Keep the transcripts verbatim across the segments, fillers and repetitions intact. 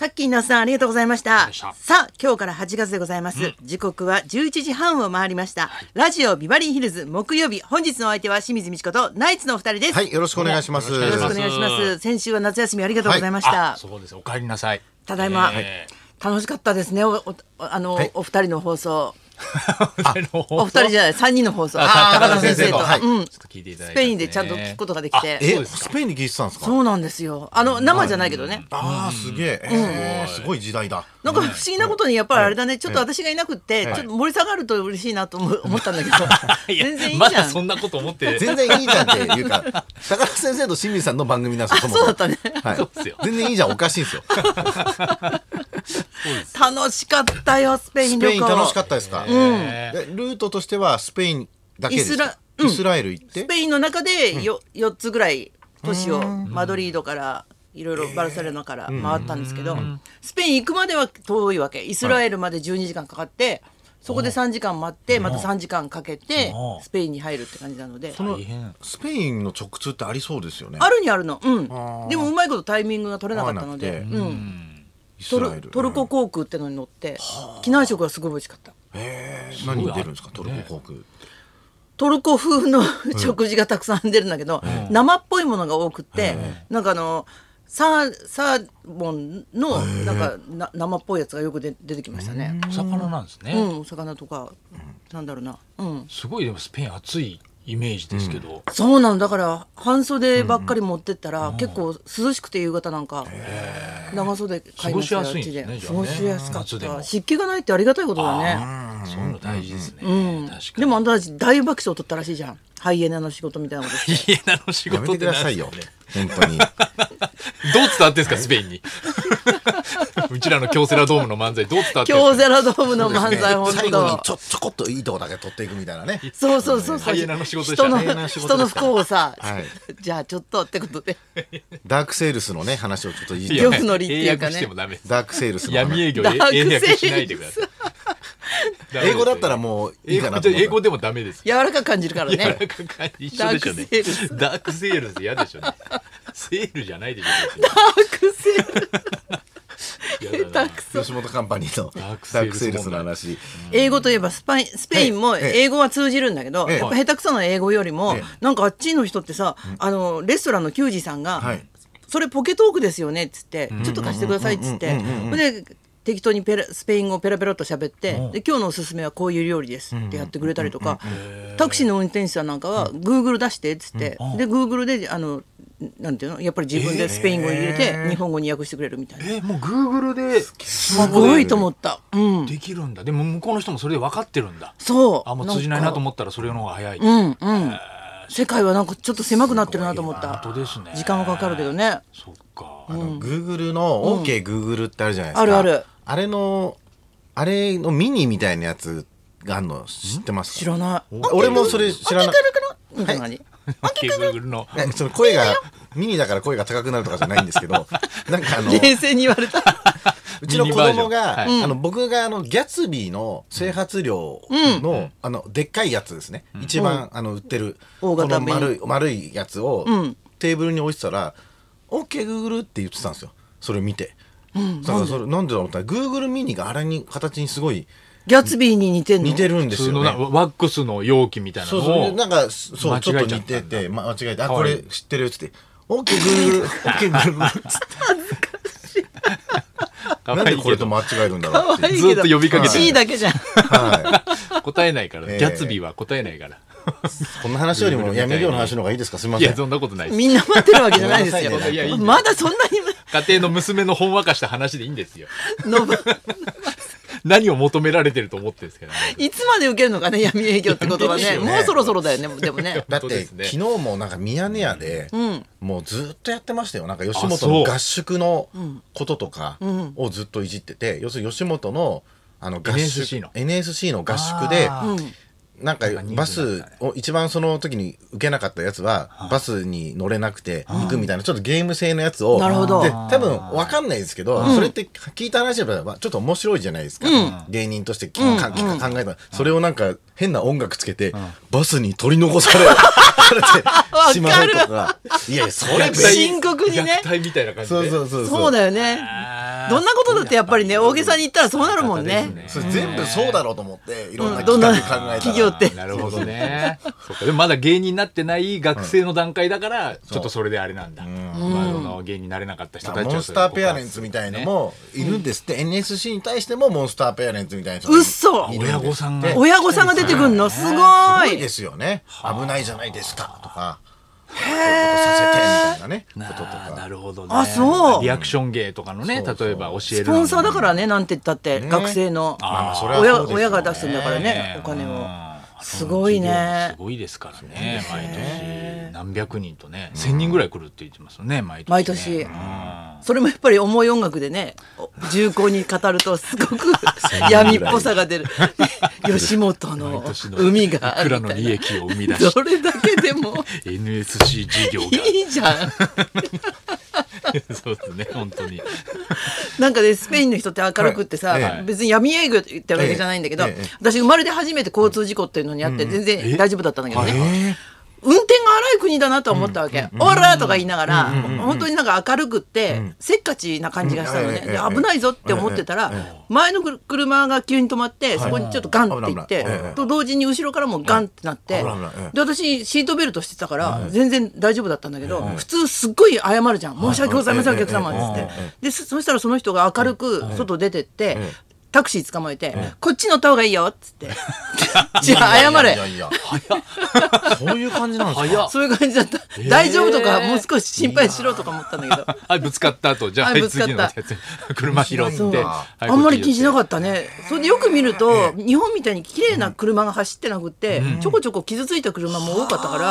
カッキーなさんありがとうございましたでした。 さあ今日からはちがつでございます、うん、時刻はじゅういちじはんを回りました、はい、ラジオビバリーヒルズ木曜日、本日のお相手は清水美智子とナイツのお二人です。 はい、よろしくお願いします。 よろしくお願いします。先週は夏休みありがとうございました、はい、 そうです、お帰りなさい。 ただいま、えー、楽しかったですね。 お, お, あの、はい、お二人の放送お二人じゃないさんにんの放送、高田先生と、はい、うん、スペインでちゃんと聞くことができて。 えスペインで聞いてたんですか？ そうなんですよ。あの生じゃないけどね。 ああすげえ、えー、すごい時代だ。 なんか不思議なことにやっぱりあれだね、ちょっと私がいなくってちょっと盛り下がると嬉しいなと思ったんだけど全然いいじゃん。 まだそんなこと思って全然いいじゃんっていうか高田先生と清水さんの番組なんですよ。 そうだったね、 はい、全然いいじゃん、おかしいんですよ楽しかったよスペイン旅行。 スペイン楽しかったですか？うん、ルートとしてはスペインだけですか？イスラ、うん、イスラエル行ってスペインの中で よ,、うん、よっつぐらい都市をマドリードからいろいろバルセロナから回ったんですけど、スペイン行くまでは遠いわけ。イスラエルまでじゅうにじかんかかって、そこでさんじかん待ってまたさんじかんかけてスペインに入るって感じなので、 そのスペインの直通ってありそうですよね。 あるにあるの、うん、でもうまいことタイミングが取れなかったので、うん、トル、トルコ航空ってのに乗って機内食がすごい美味しかった。 へー、何出るんですかトルコ航空？ トルコ風の食事がたくさん出るんだけど、うん、生っぽいものが多くて、なんかあのサー、サーモンのなんかな生っぽいやつがよくで出てきましたね。 お魚なんですね。 うん、お魚とか、うん、なんだろうな、うん、すごい。でもスペイン暑いイメージですけど、 うん、そうなの。だから半袖ばっかり持ってったら、うん、結構涼しくて夕方なんか長袖買いましたよ。過ごしやすいんですね。過ごしやすかった。湿気がないってありがたいことだね。 そういうの大事ですね、 うん、確かに。でもあんたたち大爆笑を取ったらしいじゃん。ハイエナの仕事みたいなことして。 ハイエナの仕事ってやめてくださいよ本当にどう伝わってんですかスペインにうちらの京セラドームの漫才どう伝わってんですか？ 京セラドームの漫才、本当最後にちょちょこっといいとこだけ取っていくみたいなね。 そうそうそうそう。 ハイエナの仕事でしたね。 人の人の不幸をさ、はい、じゃあちょっとってことでダークセールスのね話をちょっといい漁夫の利っていうかね。 ダークセールスの闇営業で英訳しないでください。 英語だったらもういいかなと思う。 英語でもダメです。 柔らかく感じるからね。 柔らかく感じ一緒でしょね。ダークセールス嫌でしょね。セールじゃないでしょ。 ダークセール吉本カンパニーのダークセールスの話。 英語といえばスパイスペインも英語は通じるんだけど、やっぱ下手くそな英語よりもなんかあっちの人ってさ、あのレストランの給仕さんがそれポケトークですよねっつってちょっと貸してくださいっつって、で適当にペラスペイン語をペラペラっと喋って、で今日のおすすめはこういう料理ですってやってくれたりとか、タクシーの運転手さんなんかは Google 出してっつって、で Google であのなんていうの、やっぱり自分でスペイン語に入れて日本語に訳してくれるみたいな。 えー、もう Google ですごいと思った、うん、 できるんだ。でも向こうの人もそれで分かってるんだ。 そう、 あ、もう通じないなと思ったらそれの方が早い。 うんうん、世界はなんかちょっと狭くなってるなと思った。 本当ですね。 時間はかかるけどね。 そっか。 あの Google の OK Google ってあるじゃないですか。 あるある。 あれのあれのミニみたいなやつがあるの知ってますか？ 知らない。 俺もそれ知らない。 みたいな感じ。 Google のその声がミニだから声が高くなるとかじゃないんですけど、なんかあの冷静に言われた。 うちの子供が、はい、あの僕があのギャツビーの整髪料の、うん、あのでっかいやつですね、うん、一番あの売ってる大型この丸い丸いやつを、うん、テーブルに置いてたら OK Google って言ってたんですよ。それ見て、うん、だからそれなんでだろうって Google ミニがあれに形にすごいギャツビーに似てるの？ 似てるんですよね。 ワックスの容器みたいなのをそうそう、なんかそうちょっと似てて間違えて、あこれ知ってるっつって OK Google OK Google っつって恥ずかしい。 なんでこれと間違えるんだろうってずっと呼びかけてる。 いいだけじゃん。 はい。答えないから、ギャツビーは答えないから。 こんな話よりも闇業の話の方がいいですか？すみません。 いやそんなことないです。 みんな待ってるわけじゃないですよ。 いやいいまだそんなに家庭の娘のほんわかした話でいいんですよ。何を求められてると思ってるんですけどね。 いつまで受けるのかね、闇営業ってことはね。もうそろそろだよね。でもね。 だって昨日もなんかミヤネ屋で、うん、もうずっとやってましたよ。なんか吉本の合宿のこととかをずっといじってて、要するに吉本のあの合宿 エヌエスシー の エヌエスシー の合宿で。なんかバスを一番その時に受けなかったやつはバスに乗れなくて行くみたいなちょっとゲーム性のやつを、 なるほど。 で多分分かんないですけど、それって聞いた話だとちょっと面白いじゃないですか、芸人として考えたそれをなんか変な音楽つけてバスに取り残されてしまうとか、いやそれ深刻にね、 虐待みたいな感じで、 そうそうそうそうだよね。 どんなことだってやっぱりね大げさに言ったらそうなるもんね。 それ全部そうだろうと思っていろんなどんな企画考えたら企業ってなるほどね。そうかでもまだ芸人になってない学生の段階だから、ちょっとそれであれなんだ。まあその芸人になれなかった人たちはモンスターペアレンツみたいのもいるんですって、エヌエスシー に対してもモンスターペアレンツみたいな人うっそ親御さんが親御さんが出てくるのすごい。 すごいですよね。危ないじゃないですかとか。へえ。させてみたいなね。こととか。 なるほどね。 あ、そう。 リアクション芸とかのね、例えば教える。 スポンサーだからね、なんて言ったって学生の親親が出すんだからね、お金を。すごいね。 すごいですからね、毎年何百人とね、千人ぐらい来るって言ってますよね、毎年。 毎年。それもやっぱり重い音楽でね、重厚に語るとすごく闇っぽさが出る。吉本の海がいくらの利益を生み出し、 それだけでもエヌエスシー 事業がいいじゃん。 そうですね、本当に。 なんかね、スペインの人って明るくってさ、はいええ、別に闇営業って言ってるわけじゃないんだけど、ええ、私生まれて初めて交通事故っていうのにあって、全然大丈夫だったんだけどね。運転が荒い国だなと思ったわけ。オラーとか言いながら、本当になんか明るくって、せっかちな感じがしたのね。危ないぞって思ってたら、前の車が急に止まって、そこにちょっとガンっていって、と同時に後ろからもガンってなって、で、私シートベルトしてたから、全然大丈夫だったんだけど、普通すっごい謝るじゃん。申し訳ございません、お客様って。で、そしたらその人が明るく外出てって、タクシー捕まえて、こっち乗った方がいいよっつって。じゃあ謝れ。 そういう感じなんですか。 そういう感じだった。大丈夫とかもう少し心配しろとか思ったんだけど。 はい、ぶつかった後、じゃあはい次のやつ車拾って。 あんまり気にしなかったね。それでよく見ると、日本みたいに綺麗な車が走ってなくって、ちょこちょこ傷ついた車も多かったから。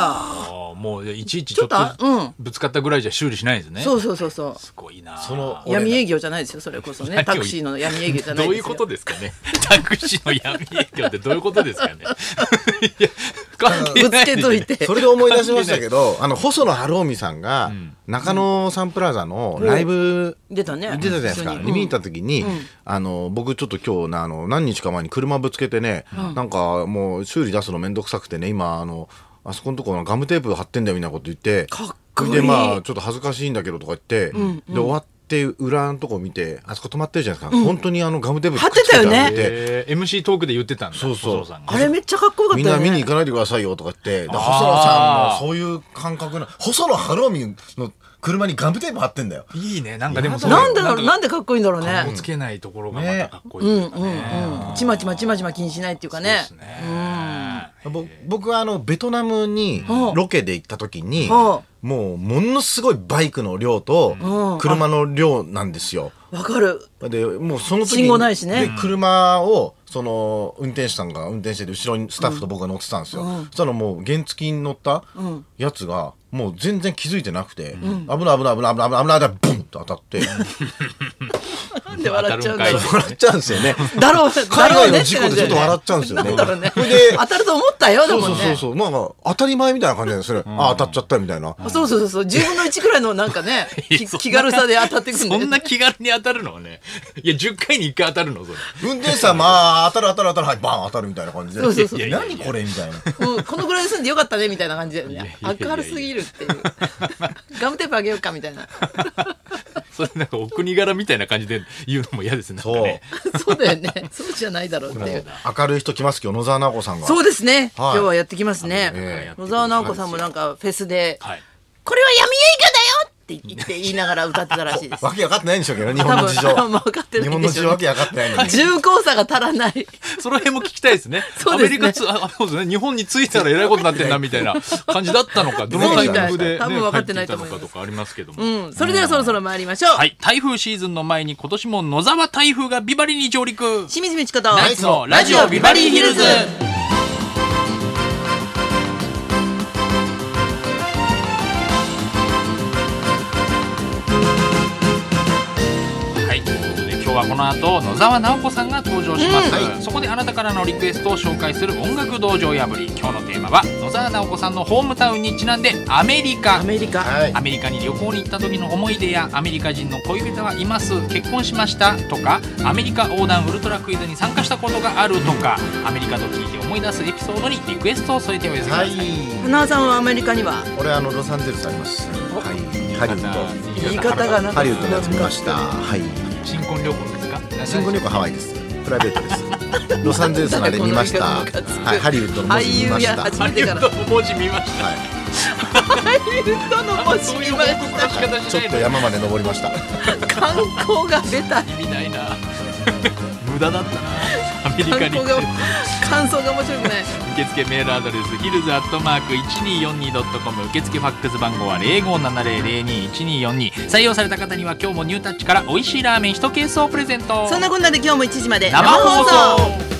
もういちいちちょっとぶつかったぐらいじゃ修理しないんですね。 そうそうそうそう。 すごいな。 その闇営業じゃないですよ、それこそね。タクシーの闇営業じゃないですよ。 どういうことですかね。タクシーの闇営業ってどういうことですかね。いやぶつけといて。 それで思い出しましたけど、あの細野晴臣さんが中野サンプラザのライブ出たね。 出たじゃないですか。見に行った時に、あの僕ちょっと今日あの何日か前に車ぶつけてね、なんかもう修理出すのめんどくさくてね、今あの。あそこのところガムテープ貼ってんだよみたいなこと言って、 かっこいい。 でまあちょっと恥ずかしいんだけどとか言って、うんうん、で終わって裏のとこ見てあそこ止まってるじゃないですか、うん、本当にあのガムテープ貼ってたよね。 えー、エムシー トークで言ってたんだ。 そうそう、 あれめっちゃかっこよかったよね。 みんな見に行かないでくださいよとか言って、細野さんもそういう感覚な、細野晴臣の車にガムテープ貼ってんだよ。 いいね。なんかでもなんでなんでかっこいいんだろうね。 かっこつけないところがまたかっこいい。うんうんうん。ちまちまちまちま気にしないっていうかね。そうですね。僕はあのベトナムにロケで行った時に、もうものすごいバイクの量と車の量なんですよ。 わかる。 でもうその時信号ないしね。 で車をその運転手さんが運転してて後ろにスタッフと僕が乗ってたんですよ。そしたらもう原付に乗ったやつがもう全然気づいてなくて、危ない危ない危ない危ない危ない危ないでボンと当たって。 なんで笑っちゃうんだろう。 笑っちゃうんですよね。 だろう。 海外の事故でちょっと笑っちゃうんですよね。 だろうね。で当たると思ったよ。でもね。 そうそうそう。なんか当たり前みたいな感じでそれ、あ当たっちゃったみたいな。 そうそうそう。じゅうぶんのいちくらいのなんかね気軽さで当たってくるんで。そんな気軽に当たるのはね。いやじゅっかいにいっかい当たるのそれ。 運転手さんまあ当たる当たる当たるはいバン当たるみたいな感じで。 そうそうそう。 何これみたいな。 このぐらいで済んでよかったねみたいな感じだよね。明るすぎるっていう。ガムテープあげようかみたいな。 それなんかお国柄みたいな感じで言うのも嫌ですね。 そうそうだよね。そうじゃないだろうっていう。 明るい人来ますけど野沢直子さんが。 そうですね。今日はやってきますね。野沢直子さんもなんかフェスでこれは闇営業だよって言って言いながら歌ってたらしいです。 わけ分かってないんでしょうけど日本の事情。日本の事情わけ分かってないのに。 重厚さが足らない。 その辺も聞きたいですね。アメリカつあそうですね。日本に着いたらえらいことになってんなみたいな感じだったのか、どのタイミングで多分分かってないと思います。とかありますけども。 うん。それではそろそろ参りましょう。 はい。台風シーズンの前に今年も野沢台風がビバリーに上陸。 清水美智子とナイツのラジオビバリーヒルズ。今日はこの後野沢直子さんが登場します、うんはい、そこであなたからのリクエストを紹介する音楽道場破り。今日のテーマは野沢直子さんのホームタウンにちなんでアメリカ。 アメリカ、 はい、アメリカに旅行に行った時の思い出やアメリカ人の恋人はいます、結婚しましたとか、アメリカ横断ウルトラクイズに参加したことがあるとか、アメリカと聞いて思い出すエピソードにリクエストを添えてお寄せください。 花輪さんはアメリカには？ 俺あのロサンゼルスあります。はい、ハリウッド。 言い方がなんかハリウッドに住みました。はい。 新婚旅行ですか？ 新婚旅行ハワイです。プライベートです。ロサンゼルスまで見ました。はい、ハリウッドの文字見ました。 ハリウッドの文字見ました。 はい。 ハリウッドの文字見ました。ちょっと山まで登りました。 観光が出た。 意味ないな。無駄だったな。アメリカに感想が面白くない。 受付メールアドレスヒルズアットマーク いちにーよんにードットコム、 受付ファックス番号は ゼロごーななゼロ ゼロにーいちにーよんにー。採用された方には今日もニュータッチから美味しいラーメンいちケースをプレゼント。 そんなこんなで今日もいちじまで生放送。